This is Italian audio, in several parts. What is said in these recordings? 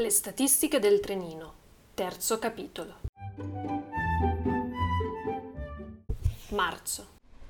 Le statistiche del trenino, terzo capitolo. Marzo.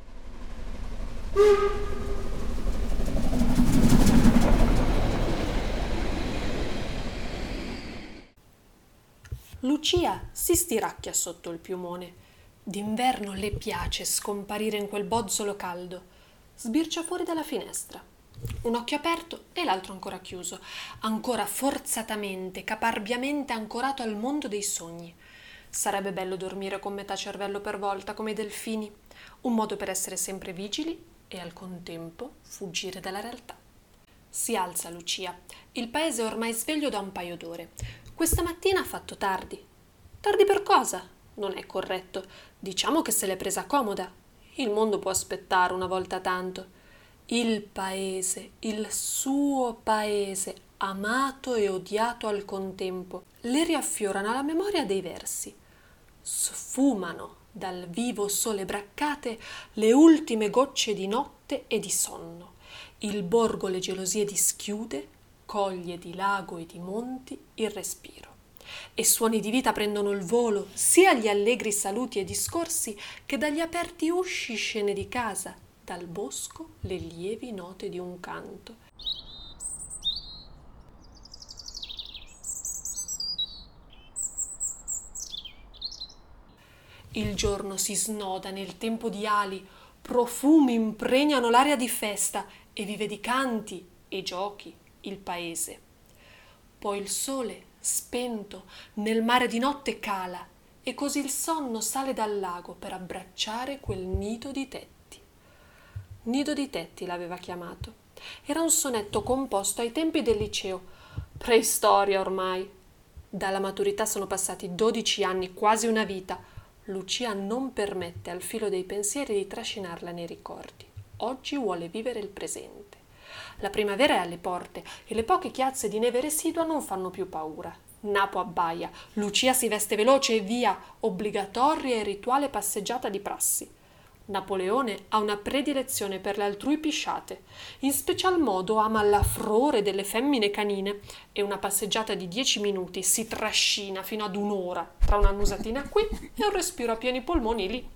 Lucia si stiracchia sotto il piumone. D'inverno le piace scomparire in quel bozzolo caldo. Sbircia fuori dalla finestra. Un occhio aperto e l'altro ancora chiuso, ancora forzatamente, caparbiamente ancorato al mondo dei sogni. Sarebbe bello dormire con metà cervello per volta, come i delfini, un modo per essere sempre vigili e al contempo fuggire dalla realtà. Si alza Lucia. Il paese è ormai sveglio da un paio d'ore. Questa mattina ha fatto tardi. Tardi per cosa? Non è corretto. Diciamo che se l'è presa comoda. Il mondo può aspettare una volta tanto. Il paese, il suo paese, amato e odiato al contempo, le riaffiorano alla memoria dei versi. Sfumano dal vivo sole braccate le ultime gocce di notte e di sonno. Il borgo le gelosie dischiude, coglie di lago e di monti il respiro. E suoni di vita prendono il volo sia agli allegri saluti e discorsi che dagli aperti usci scene di casa, dal bosco le lievi note di un canto. Il giorno si snoda nel tempo di ali, profumi impregnano l'aria di festa e vive di canti e giochi il paese. Poi il sole, spento, nel mare di notte cala e così il sonno sale dal lago per abbracciare quel nido di tetti. Nido di tetti l'aveva chiamato. Era un sonetto composto ai tempi del liceo, preistoria ormai. Dalla maturità sono passati 12 anni, quasi una vita. Lucia non permette al filo dei pensieri di trascinarla nei ricordi. Oggi vuole vivere il presente. La primavera è alle porte e le poche chiazze di neve residua non fanno più paura. Napo abbaia, Lucia si veste veloce e via, obbligatoria e rituale passeggiata di prassi. Napoleone ha una predilezione per le altrui pisciate, in special modo ama l'affrore delle femmine canine e una passeggiata di 10 minuti si trascina fino ad un'ora tra un'annusatina qui e un respiro a pieni polmoni lì.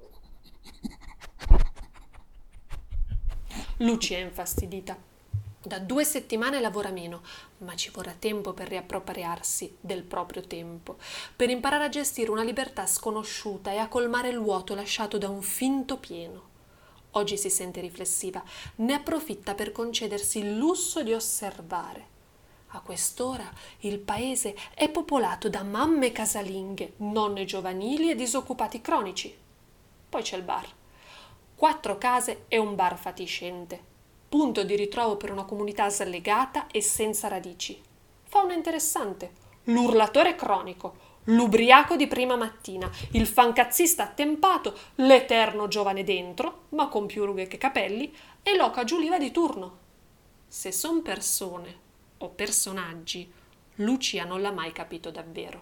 Lucia è infastidita. Da 2 settimane lavora meno, ma ci vorrà tempo per riappropriarsi del proprio tempo, per imparare a gestire una libertà sconosciuta e a colmare il vuoto lasciato da un finto pieno. Oggi si sente riflessiva, ne approfitta per concedersi il lusso di osservare. A quest'ora il paese è popolato da mamme casalinghe, nonne giovanili e disoccupati cronici. Poi c'è il bar. 4 case e un bar fatiscente. Punto di ritrovo per una comunità slegata e senza radici. Fauna interessante. L'urlatore cronico, l'ubriaco di prima mattina, il fancazzista attempato, l'eterno giovane dentro, ma con più rughe che capelli, e l'oca giuliva di turno. Se son persone o personaggi, Lucia non l'ha mai capito davvero.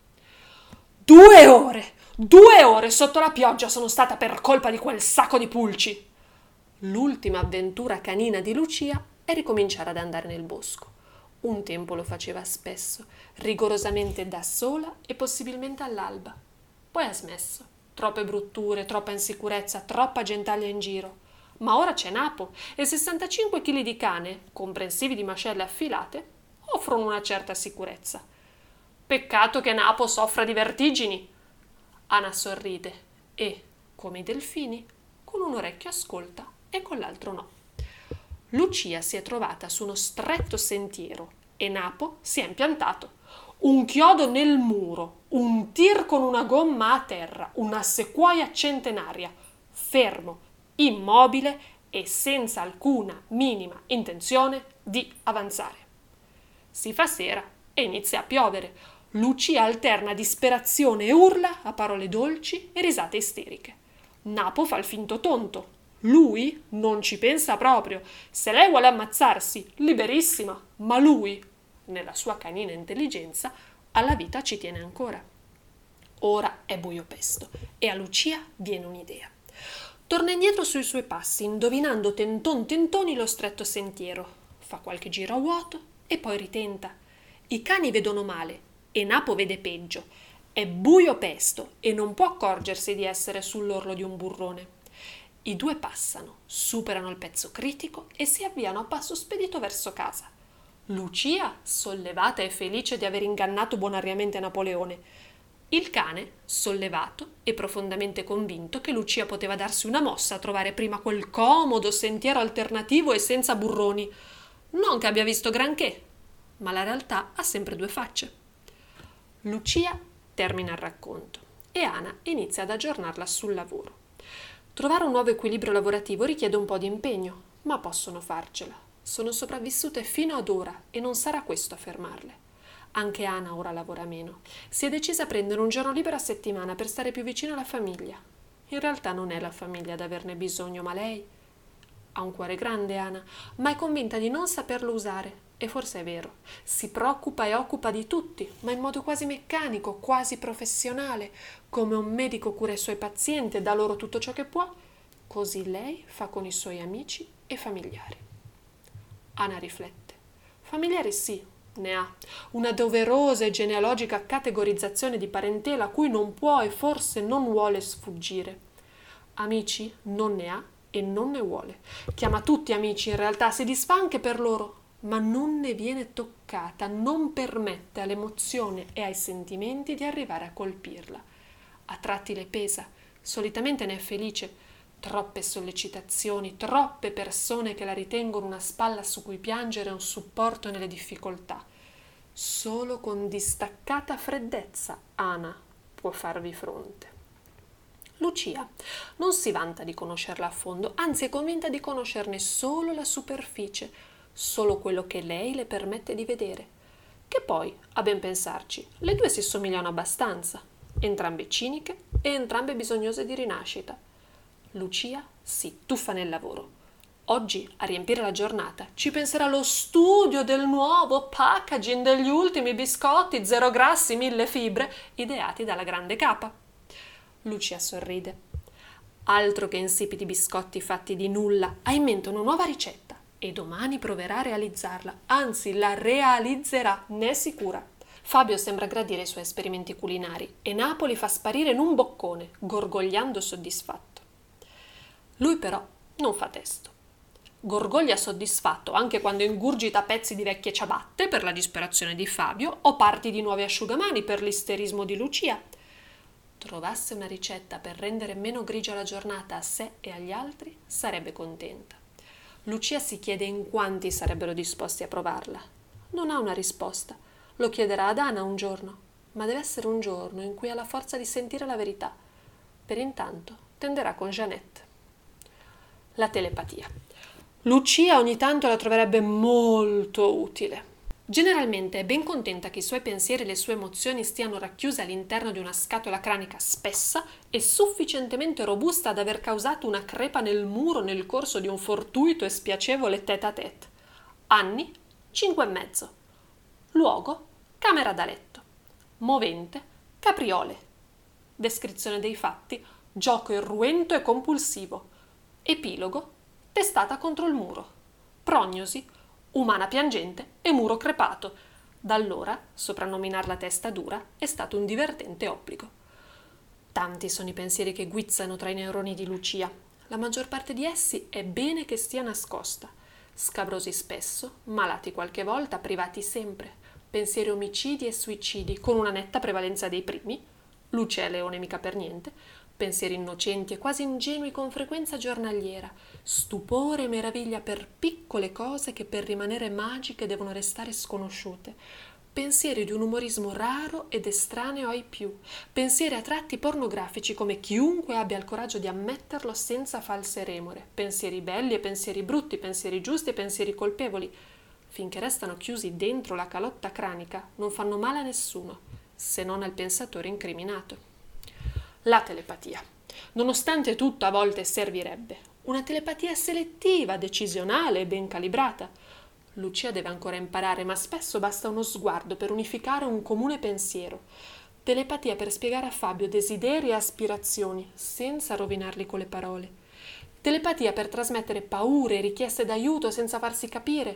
2 ore! 2 ore sotto la pioggia sono stata per colpa di quel sacco di pulci! L'ultima avventura canina di Lucia è ricominciare ad andare nel bosco. Un tempo lo faceva spesso, rigorosamente da sola e possibilmente all'alba. Poi ha smesso. Troppe brutture, troppa insicurezza, troppa gentaglia in giro. Ma ora c'è Napo e 65 kg di cane, comprensivi di mascelle affilate, offrono una certa sicurezza. Peccato che Napo soffra di vertigini. Ana sorride e, come i delfini, con un orecchio ascolta e con l'altro no. Lucia si è trovata su uno stretto sentiero e Napo si è impiantato. Un chiodo nel muro, un tir con una gomma a terra, una sequoia centenaria, fermo, immobile e senza alcuna minima intenzione di avanzare. Si fa sera e inizia a piovere. Lucia alterna disperazione e urla a parole dolci e risate isteriche. Napo fa il finto tonto. Lui non ci pensa proprio. Se lei vuole ammazzarsi, liberissima, ma lui, nella sua canina intelligenza, alla vita ci tiene ancora. Ora è buio pesto e a Lucia viene un'idea. Torna indietro sui suoi passi, indovinando tentoni lo stretto sentiero. Fa qualche giro a vuoto e poi ritenta. I cani vedono male e Napo vede peggio. È buio pesto e non può accorgersi di essere sull'orlo di un burrone. I due passano, superano il pezzo critico e si avviano a passo spedito verso casa. Lucia, sollevata e felice di aver ingannato bonariamente Napoleone. Il cane, sollevato e profondamente convinto che Lucia poteva darsi una mossa a trovare prima quel comodo sentiero alternativo e senza burroni. Non che abbia visto granché, ma la realtà ha sempre due facce. Lucia termina il racconto e Ana inizia ad aggiornarla sul lavoro. Trovare un nuovo equilibrio lavorativo richiede un po' di impegno, ma possono farcela. Sono sopravvissute fino ad ora e non sarà questo a fermarle. Anche Ana ora lavora meno. Si è decisa a prendere un giorno libero a settimana per stare più vicino alla famiglia. In realtà non è la famiglia ad averne bisogno, ma lei. Ha un cuore grande, Ana, ma è convinta di non saperlo usare. E forse è vero. Si preoccupa e occupa di tutti, ma in modo quasi meccanico, quasi professionale. Come un medico cura i suoi pazienti e dà loro tutto ciò che può, così lei fa con i suoi amici e familiari. Ana riflette. Familiari sì, ne ha. Una doverosa e genealogica categorizzazione di parentela a cui non può e forse non vuole sfuggire. Amici non ne ha e non ne vuole. Chiama tutti amici in realtà, si disfa anche per loro, ma non ne viene toccata, non permette all'emozione e ai sentimenti di arrivare a colpirla. A tratti le pesa, solitamente ne è felice. Troppe sollecitazioni, troppe persone che la ritengono una spalla su cui piangere e un supporto nelle difficoltà. Solo con distaccata freddezza Ana può farvi fronte. Lucia non si vanta di conoscerla a fondo, anzi è convinta di conoscerne solo la superficie, solo quello che lei le permette di vedere. Che poi, a ben pensarci, le due si somigliano abbastanza, entrambe ciniche e entrambe bisognose di rinascita. Lucia si tuffa nel lavoro. Oggi, a riempire la giornata, ci penserà lo studio del nuovo packaging degli ultimi biscotti zero grassi, 1000 fibre, ideati dalla grande capa. Lucia sorride. Altro che insipidi biscotti fatti di nulla, ha in mente una nuova ricetta e domani proverà a realizzarla, anzi la realizzerà, ne è sicura. Fabio sembra gradire i suoi esperimenti culinari e Napoli fa sparire in un boccone, gorgogliando soddisfatto. Lui però non fa testo. Gorgoglia soddisfatto anche quando ingurgita pezzi di vecchie ciabatte per la disperazione di Fabio o parti di nuovi asciugamani per l'isterismo di Lucia. Trovasse una ricetta per rendere meno grigia la giornata a sé e agli altri, sarebbe contenta. Lucia si chiede in quanti sarebbero disposti a provarla. Non ha una risposta. Lo chiederà ad Ana un giorno, ma deve essere un giorno in cui ha la forza di sentire la verità. Per intanto tenderà con Jeannette. La telepatia. Lucia ogni tanto la troverebbe molto utile. Generalmente è ben contenta che i suoi pensieri e le sue emozioni stiano racchiuse all'interno di una scatola cranica spessa e sufficientemente robusta ad aver causato una crepa nel muro nel corso di un fortuito e spiacevole tête-à-tête. Anni, 5,5. Luogo, camera da letto. Movente, capriole. Descrizione dei fatti, gioco irruento e compulsivo. Epilogo, testata contro il muro. Prognosi, umana piangente e muro crepato. Da allora, soprannominarla testa dura è stato un divertente obbligo. Tanti sono i pensieri che guizzano tra i neuroni di Lucia. La maggior parte di essi è bene che stia nascosta. Scabrosi spesso, malati qualche volta, privati sempre. Pensieri omicidi e suicidi, con una netta prevalenza dei primi. Lucia e Leone mica per niente. Pensieri innocenti e quasi ingenui con frequenza giornaliera, stupore e meraviglia per piccole cose che per rimanere magiche devono restare sconosciute, pensieri di un umorismo raro ed estraneo ai più, pensieri a tratti pornografici come chiunque abbia il coraggio di ammetterlo senza false remore, pensieri belli e pensieri brutti, pensieri giusti e pensieri colpevoli, finché restano chiusi dentro la calotta cranica, non fanno male a nessuno, se non al pensatore incriminato. La telepatia. Nonostante tutto, a volte servirebbe. Una telepatia selettiva, decisionale e ben calibrata. Lucia deve ancora imparare, ma spesso basta uno sguardo per unificare un comune pensiero. Telepatia per spiegare a Fabio desideri e aspirazioni, senza rovinarli con le parole. Telepatia per trasmettere paure e richieste d'aiuto senza farsi capire.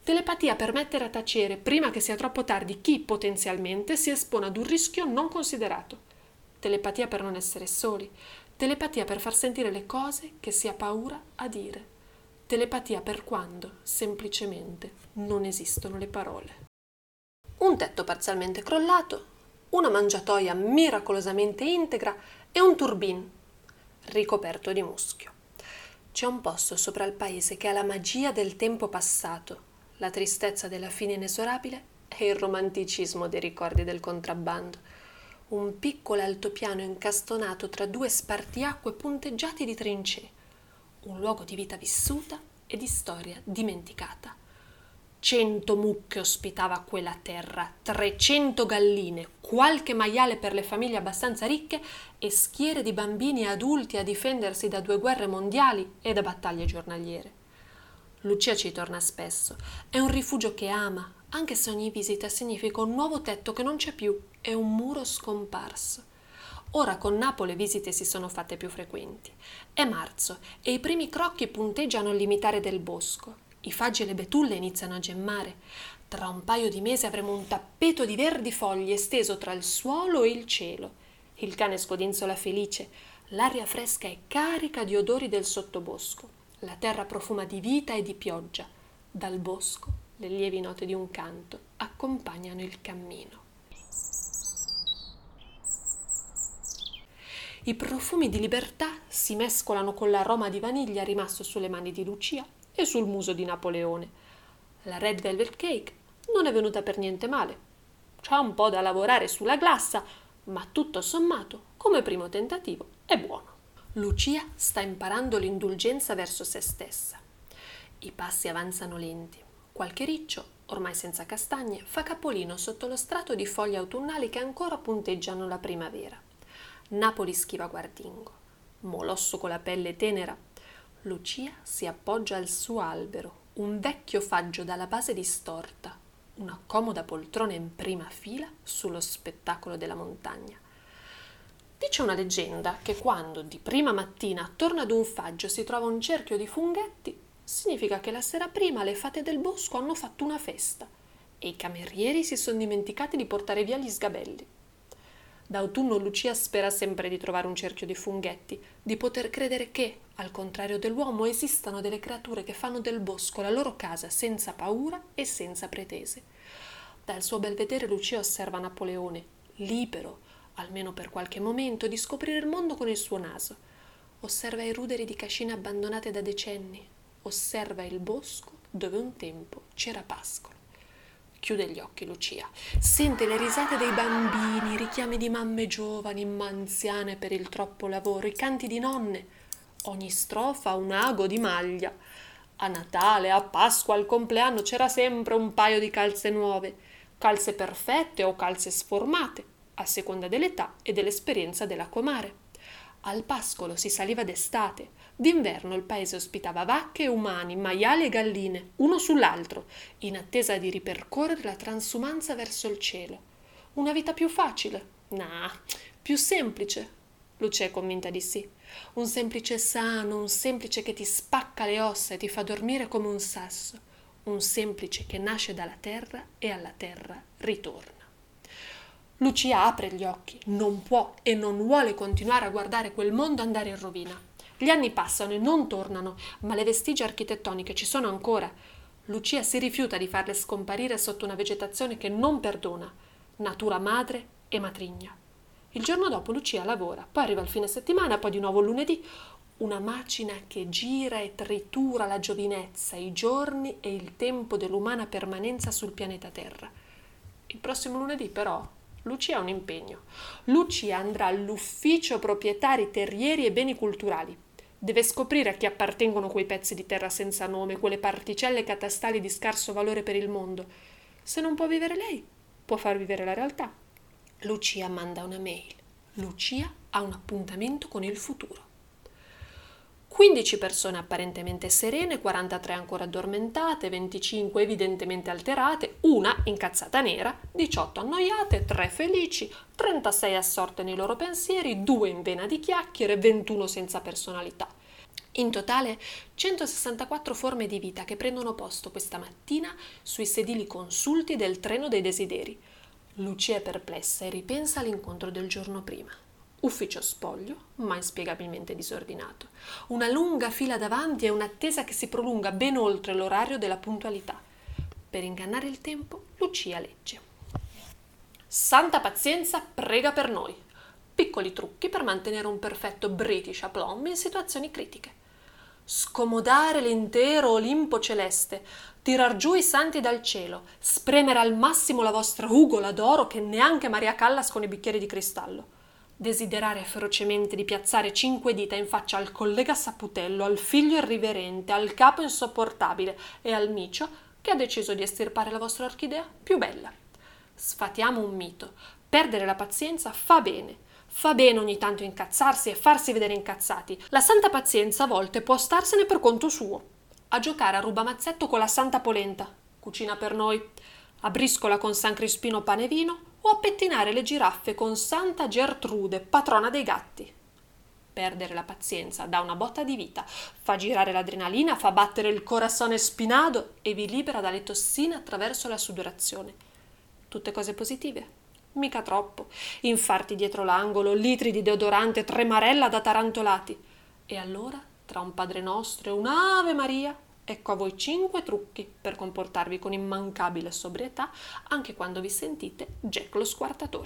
Telepatia per mettere a tacere, prima che sia troppo tardi, chi potenzialmente si espone ad un rischio non considerato. Telepatia per non essere soli. Telepatia per far sentire le cose che si ha paura a dire. Telepatia per quando, semplicemente, non esistono le parole. Un tetto parzialmente crollato, una mangiatoia miracolosamente integra e un turbin ricoperto di muschio. C'è un posto sopra il paese che ha la magia del tempo passato, la tristezza della fine inesorabile e il romanticismo dei ricordi del contrabbando. Un piccolo altopiano incastonato tra due spartiacque punteggiati di trincee. Un luogo di vita vissuta e di storia dimenticata. 100 mucche ospitava quella terra, 300 galline, qualche maiale per le famiglie abbastanza ricche e schiere di bambini e adulti a difendersi da 2 guerre mondiali e da battaglie giornaliere. Lucia ci torna spesso, è un rifugio che ama, anche se ogni visita significa un nuovo tetto che non c'è più e un muro scomparso. Ora con Napoli le visite si sono fatte più frequenti. È marzo e i primi crocchi punteggiano il limitare del bosco. I faggi e le betulle iniziano a gemmare. Tra un paio di mesi avremo un tappeto di verdi foglie esteso tra il suolo e il cielo. Il cane scodinzola felice. L'aria fresca è carica di odori del sottobosco. La terra profuma di vita e di pioggia. Dal bosco le lievi note di un canto accompagnano il cammino. I profumi di libertà si mescolano con l'aroma di vaniglia rimasto sulle mani di Lucia e sul muso di Napoleone. La Red Velvet Cake non è venuta per niente male. C'è un po' da lavorare sulla glassa, ma tutto sommato, come primo tentativo, è buono. Lucia sta imparando l'indulgenza verso se stessa. I passi avanzano lenti. Qualche riccio, ormai senza castagne, fa capolino sotto lo strato di foglie autunnali che ancora punteggiano la primavera. Napoli schiva guardingo. Molosso con la pelle tenera, Lucia si appoggia al suo albero, un vecchio faggio dalla base distorta, una comoda poltrona in prima fila sullo spettacolo della montagna. Dice una leggenda che quando di prima mattina attorno ad un faggio si trova un cerchio di funghetti, significa che la sera prima le fate del bosco hanno fatto una festa e i camerieri si sono dimenticati di portare via gli sgabelli. D'autunno Lucia spera sempre di trovare un cerchio di funghetti, di poter credere che, al contrario dell'uomo, esistano delle creature che fanno del bosco la loro casa senza paura e senza pretese. Dal suo belvedere Lucia osserva Napoleone, libero, almeno per qualche momento, di scoprire il mondo con il suo naso. Osserva i ruderi di cascine abbandonate da decenni. Osserva il bosco dove un tempo c'era pascolo. Chiude gli occhi Lucia, sente le risate dei bambini, i richiami di mamme giovani, ma anziane per il troppo lavoro, i canti di nonne. Ogni strofa un ago di maglia. A Natale, a Pasqua, al compleanno c'era sempre un paio di calze nuove, calze perfette o calze sformate, a seconda dell'età e dell'esperienza della comare. Al pascolo si saliva d'estate, d'inverno il paese ospitava vacche e umani, maiali e galline, uno sull'altro, in attesa di ripercorrere la transumanza verso il cielo. Una vita più facile? Nah, più semplice. Lucia è convinta di sì. Un semplice sano, un semplice che ti spacca le ossa e ti fa dormire come un sasso. Un semplice che nasce dalla terra e alla terra ritorna. Lucia apre gli occhi, non può e non vuole continuare a guardare quel mondo andare in rovina. Gli anni passano e non tornano, ma le vestigia architettoniche ci sono ancora. Lucia si rifiuta di farle scomparire sotto una vegetazione che non perdona, natura madre e matrigna. Il giorno dopo Lucia lavora, poi arriva il fine settimana, poi di nuovo il lunedì, una macina che gira e tritura la giovinezza, i giorni e il tempo dell'umana permanenza sul pianeta Terra. Il prossimo lunedì, però, Lucia ha un impegno. Lucia andrà all'ufficio proprietari terrieri e beni culturali. Deve scoprire a chi appartengono quei pezzi di terra senza nome, quelle particelle catastali di scarso valore per il mondo. Se non può vivere lei, può far vivere la realtà. Lucia manda una mail. Lucia ha un appuntamento con il futuro. 15 persone apparentemente serene, 43 ancora addormentate, 25 evidentemente alterate, una incazzata nera, 18 annoiate, 3 felici, 36 assorte nei loro pensieri, 2 in vena di chiacchiere, 21 senza personalità. In totale 164 forme di vita che prendono posto questa mattina sui sedili consulti del treno dei desideri. Lucia è perplessa e ripensa all'incontro del giorno prima. Ufficio spoglio, ma inspiegabilmente disordinato. Una lunga fila davanti e un'attesa che si prolunga ben oltre l'orario della puntualità. Per ingannare il tempo, Lucia legge: Santa Pazienza prega per noi. Piccoli trucchi per mantenere un perfetto British aplomb in situazioni critiche. Scomodare l'intero Olimpo celeste, tirar giù i santi dal cielo, spremere al massimo la vostra ugola d'oro che neanche Maria Callas con i bicchieri di cristallo. Desiderare ferocemente di piazzare 5 dita in faccia al collega Saputello, al figlio irriverente, al capo insopportabile e al micio che ha deciso di estirpare la vostra orchidea più bella. Sfatiamo un mito. Perdere la pazienza fa bene. Fa bene ogni tanto incazzarsi e farsi vedere incazzati. La santa pazienza a volte può starsene per conto suo. A giocare a rubamazzetto con la santa polenta, cucina per noi, a briscola con San Crispino pane e vino o a pettinare le giraffe con Santa Gertrude, patrona dei gatti. Perdere la pazienza dà una botta di vita, fa girare l'adrenalina, fa battere il corazone spinado e vi libera dalle tossine attraverso la sudorazione. Tutte cose positive? Mica troppo. Infarti dietro l'angolo, litri di deodorante, tremarella da tarantolati. E allora, tra un Padre Nostro e un'Ave Maria, ecco a voi 5 trucchi per comportarvi con immancabile sobrietà anche quando vi sentite Jack lo squartatore.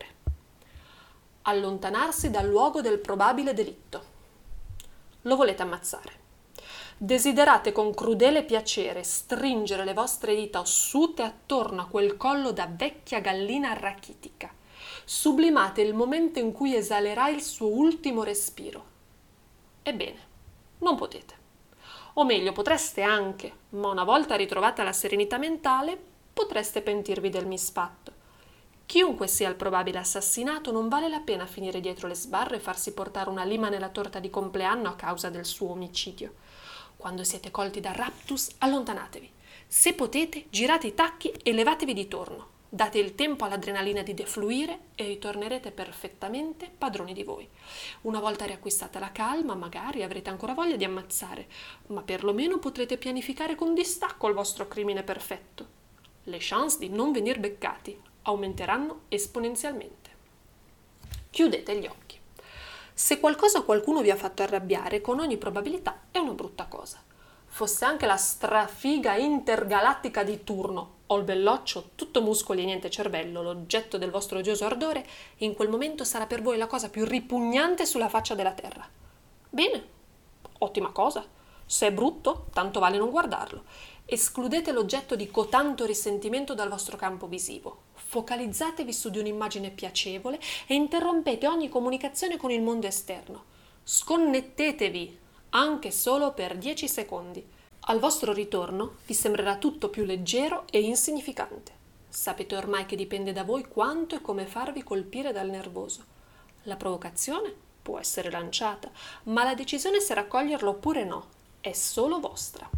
Allontanarsi dal luogo del probabile delitto. Lo volete ammazzare. Desiderate con crudele piacere stringere le vostre dita ossute attorno a quel collo da vecchia gallina rachitica. Sublimate il momento in cui esalerà il suo ultimo respiro. Ebbene, non potete. O meglio, potreste anche, ma una volta ritrovata la serenità mentale, potreste pentirvi del misfatto. Chiunque sia il probabile assassinato, non vale la pena finire dietro le sbarre e farsi portare una lima nella torta di compleanno a causa del suo omicidio. Quando siete colti da raptus, allontanatevi. Se potete, girate i tacchi e levatevi di torno. Date il tempo all'adrenalina di defluire e ritornerete perfettamente padroni di voi. Una volta riacquistata la calma, magari avrete ancora voglia di ammazzare, ma perlomeno potrete pianificare con distacco il vostro crimine perfetto. Le chance di non venir beccati aumenteranno esponenzialmente. Chiudete gli occhi. Se qualcosa o qualcuno vi ha fatto arrabbiare, con ogni probabilità è una brutta cosa. Fosse anche la strafiga intergalattica di turno, o il belloccio, tutto muscoli e niente cervello, l'oggetto del vostro odioso ardore, in quel momento sarà per voi la cosa più ripugnante sulla faccia della terra. Bene, ottima cosa. Se è brutto, tanto vale non guardarlo. Escludete l'oggetto di cotanto risentimento dal vostro campo visivo. Focalizzatevi su di un'immagine piacevole e interrompete ogni comunicazione con il mondo esterno. Sconnettetevi, anche solo per 10 secondi. Al vostro ritorno vi sembrerà tutto più leggero e insignificante. Sapete ormai che dipende da voi quanto e come farvi colpire dal nervoso. La provocazione può essere lanciata, ma la decisione se raccoglierla oppure no è solo vostra.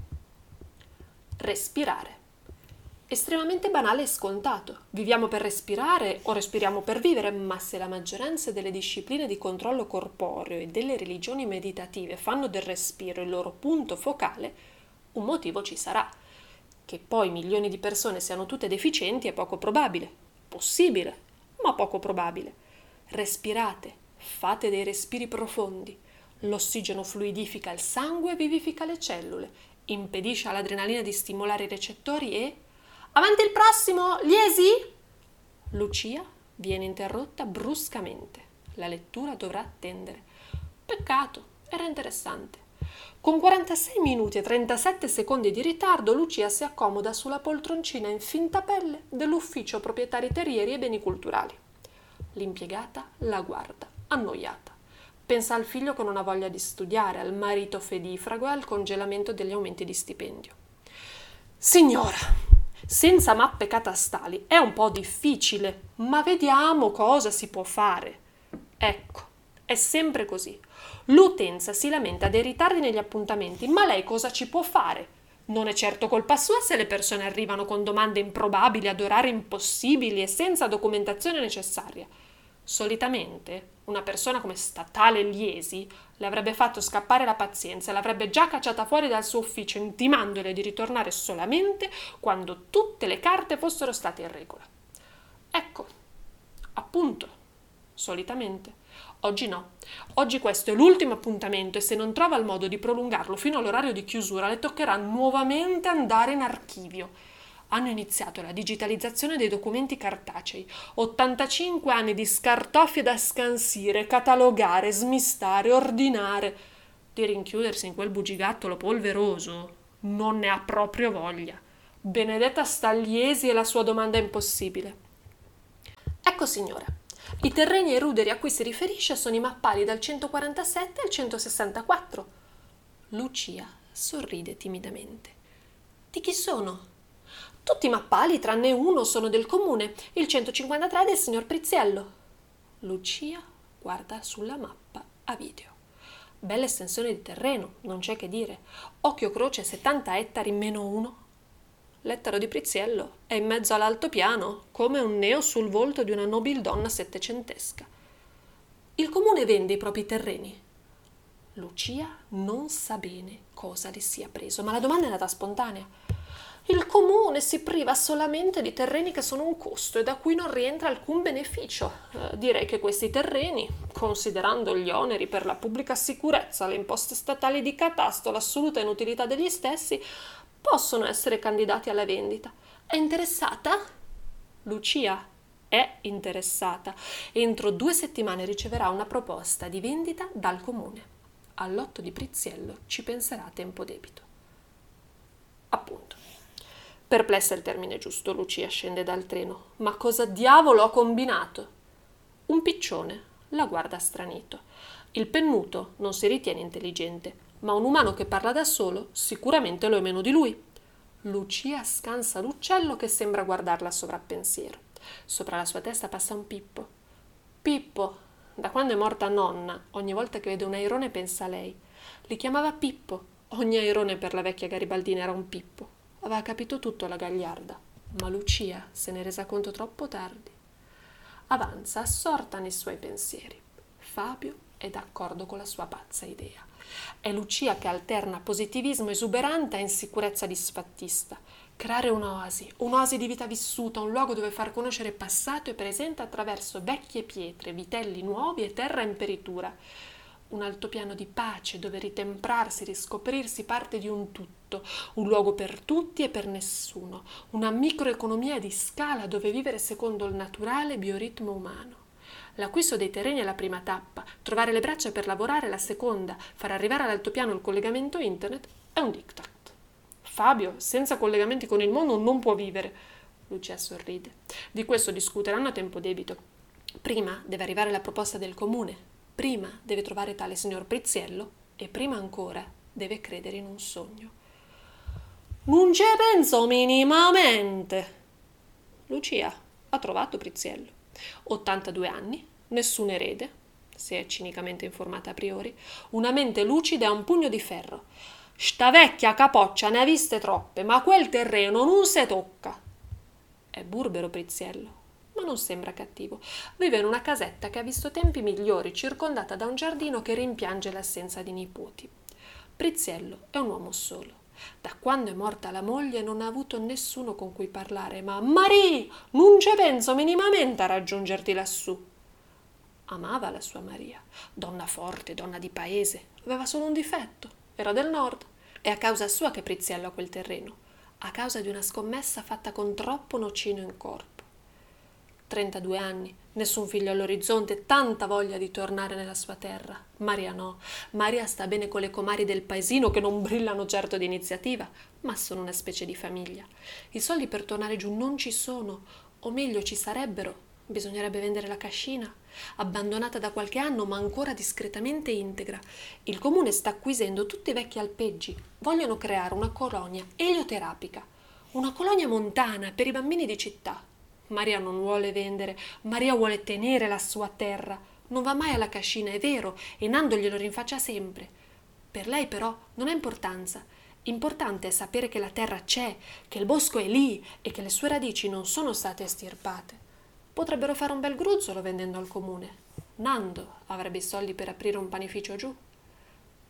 Respirare. Estremamente banale e scontato. Viviamo per respirare o respiriamo per vivere, ma se la maggioranza delle discipline di controllo corporeo e delle religioni meditative fanno del respiro il loro punto focale, un motivo ci sarà. Che poi milioni di persone siano tutte deficienti è poco probabile. Possibile, ma poco probabile. Respirate, fate dei respiri profondi. L'ossigeno fluidifica il sangue e vivifica le cellule, impedisce all'adrenalina di stimolare i recettori e... Avanti il prossimo, liesi! Lucia viene interrotta bruscamente. La lettura dovrà attendere. Peccato, era interessante. Con 46 minuti e 37 secondi di ritardo, Lucia si accomoda sulla poltroncina in finta pelle dell'ufficio proprietari terrieri e beni culturali. L'impiegata la guarda, annoiata. Pensa al figlio che non ha voglia di studiare, al marito fedifrago e al congelamento degli aumenti di stipendio. Signora, senza mappe catastali è un po' difficile, ma vediamo cosa si può fare. Ecco, è sempre così. L'utenza si lamenta dei ritardi negli appuntamenti, ma lei cosa ci può fare? Non è certo colpa sua se le persone arrivano con domande improbabili ad orari impossibili e senza documentazione necessaria. Solitamente una persona come sta tale Liesi Le avrebbe fatto scappare la pazienza e l'avrebbe già cacciata fuori dal suo ufficio, intimandole di ritornare solamente quando tutte le carte fossero state in regola. Ecco, appunto, solitamente. Oggi no. Oggi questo è l'ultimo appuntamento e se non trova il modo di prolungarlo fino all'orario di chiusura le toccherà nuovamente andare in archivio. Hanno iniziato la digitalizzazione dei documenti cartacei, 85 anni di scartoffie da scansire, catalogare, smistare, ordinare. Di rinchiudersi in quel bugigattolo polveroso non ne ha proprio voglia. Benedetta Stagliesi e la sua domanda impossibile. Ecco signora, i terreni e i ruderi a cui si riferisce sono i mappali dal 147 al 164. Lucia sorride timidamente. Di chi sono? Tutti i mappali, tranne uno, sono del comune, il 153 del signor Priziello. Lucia guarda sulla mappa a video. Bella estensione di terreno, non c'è che dire. Occhio croce 70 ettari meno uno. L'ettaro di Priziello è in mezzo all'altopiano, come un neo sul volto di una nobildonna settecentesca. Il comune vende i propri terreni. Lucia non sa bene cosa le sia preso, ma la domanda è nata spontanea. Il comune si priva solamente di terreni che sono un costo e da cui non rientra alcun beneficio. Direi che questi terreni, considerando gli oneri per la pubblica sicurezza, le imposte statali di catasto, l'assoluta inutilità degli stessi, possono essere candidati alla vendita. È interessata? Lucia è interessata. Entro 2 settimane riceverà una proposta di vendita dal comune. Al lotto di Priziello ci penserà a tempo debito. Appunto. Perplessa è il termine giusto, Lucia scende dal treno. Ma cosa diavolo ho combinato? Un piccione la guarda stranito. Il pennuto non si ritiene intelligente, ma un umano che parla da solo sicuramente lo è meno di lui. Lucia scansa l'uccello che sembra guardarla a sovrappensiero. Sopra la sua testa passa un Pippo. Pippo, da quando è morta nonna, ogni volta che vede un airone pensa a lei. Li chiamava Pippo. Ogni airone per la vecchia garibaldina era un Pippo. Aveva capito tutto la gagliarda, ma Lucia se ne è resa conto troppo tardi. Avanza assorta nei suoi pensieri. Fabio è d'accordo con la sua pazza idea. È Lucia che alterna positivismo esuberante a insicurezza disfattista. Creare un'oasi di vita vissuta, un luogo dove far conoscere passato e presente attraverso vecchie pietre, vitelli nuovi e terra in peritura. Un altopiano di pace dove ritemprarsi, riscoprirsi parte di un tutto, un luogo per tutti e per nessuno, una microeconomia di scala dove vivere secondo il naturale bioritmo umano. L'acquisto dei terreni è la prima tappa, trovare le braccia per lavorare è la seconda, far arrivare all'altopiano il collegamento internet è un diktat. Fabio, senza collegamenti con il mondo, non può vivere. Lucia sorride. Di questo discuteranno a tempo debito. Prima deve arrivare la proposta del comune. Prima deve trovare tale signor Priziello e prima ancora deve credere in un sogno. Non ci penso minimamente. Lucia ha trovato Priziello. 82 anni, nessun erede, si è cinicamente informata a priori, una mente lucida e un pugno di ferro. Sta vecchia capoccia ne ha viste troppe, ma quel terreno non se tocca. È burbero Priziello, ma non sembra cattivo. Vive in una casetta che ha visto tempi migliori, circondata da un giardino che rimpiange l'assenza di nipoti. Priziello è un uomo solo. Da quando è morta la moglie non ha avuto nessuno con cui parlare, ma Maria, non ci penso minimamente a raggiungerti lassù. Amava la sua Maria, donna forte, donna di paese, aveva solo un difetto, era del nord. È a causa sua che Priziello ha quel terreno, a causa di una scommessa fatta con troppo nocino in corpo. 32 anni, nessun figlio all'orizzonte, tanta voglia di tornare nella sua terra. Maria no, Maria sta bene con le comari del paesino che non brillano certo di iniziativa, ma sono una specie di famiglia. I soldi per tornare giù non ci sono, o meglio ci sarebbero. Bisognerebbe vendere la cascina, abbandonata da qualche anno ma ancora discretamente integra. Il comune sta acquisendo tutti i vecchi alpeggi. Vogliono creare una colonia elioterapica, una colonia montana per i bambini di città. Maria non vuole vendere, Maria vuole tenere la sua terra. Non va mai alla cascina, è vero, e Nando glielo rinfaccia sempre. Per lei però non ha importanza. Importante è sapere che la terra c'è, che il bosco è lì e che le sue radici non sono state estirpate. Potrebbero fare un bel gruzzolo vendendo al comune. Nando avrebbe i soldi per aprire un panificio giù.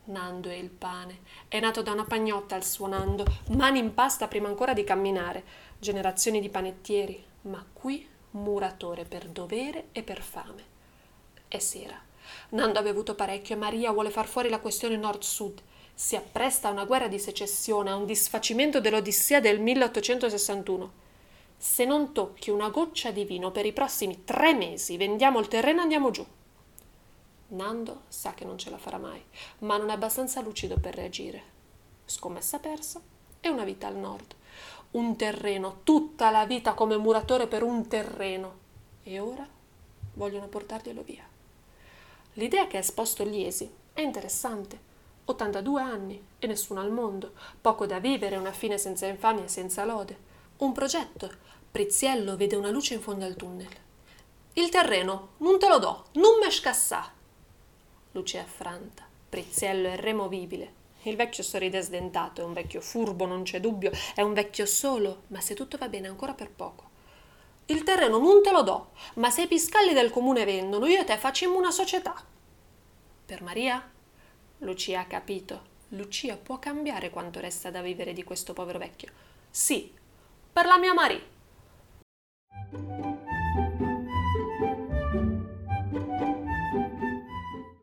Nando è il pane. È nato da una pagnotta il suo Nando, mani in pasta prima ancora di camminare, generazioni di panettieri, ma qui muratore per dovere e per fame. È sera. Nando ha bevuto parecchio e Maria vuole far fuori la questione nord-sud. Si appresta a una guerra di secessione, a un disfacimento dell'Odissea del 1861. Se non tocchi una goccia di vino per i prossimi 3 mesi, vendiamo il terreno e andiamo giù. Nando sa che non ce la farà mai, ma non è abbastanza lucido per reagire. Scommessa persa e una vita al nord. Un terreno, tutta la vita come muratore per un terreno. E ora vogliono portarglielo via. L'idea che ha esposto Liesi è interessante. 82 anni e nessuno al mondo, poco da vivere, una fine senza infamia e senza lode. Un progetto. Priziello vede una luce in fondo al tunnel. Il terreno, non te lo do, non me scassà. Luce affranta. Priziello è removibile. Il vecchio sorride sdentato, è un vecchio furbo, non c'è dubbio, è un vecchio solo, ma se tutto va bene ancora per poco. Il terreno non te lo do, ma se i piscalli del comune vendono, io e te facciamo una società. Per Maria? Lucia ha capito. Lucia può cambiare quanto resta da vivere di questo povero vecchio. Sì, per la mia Maria.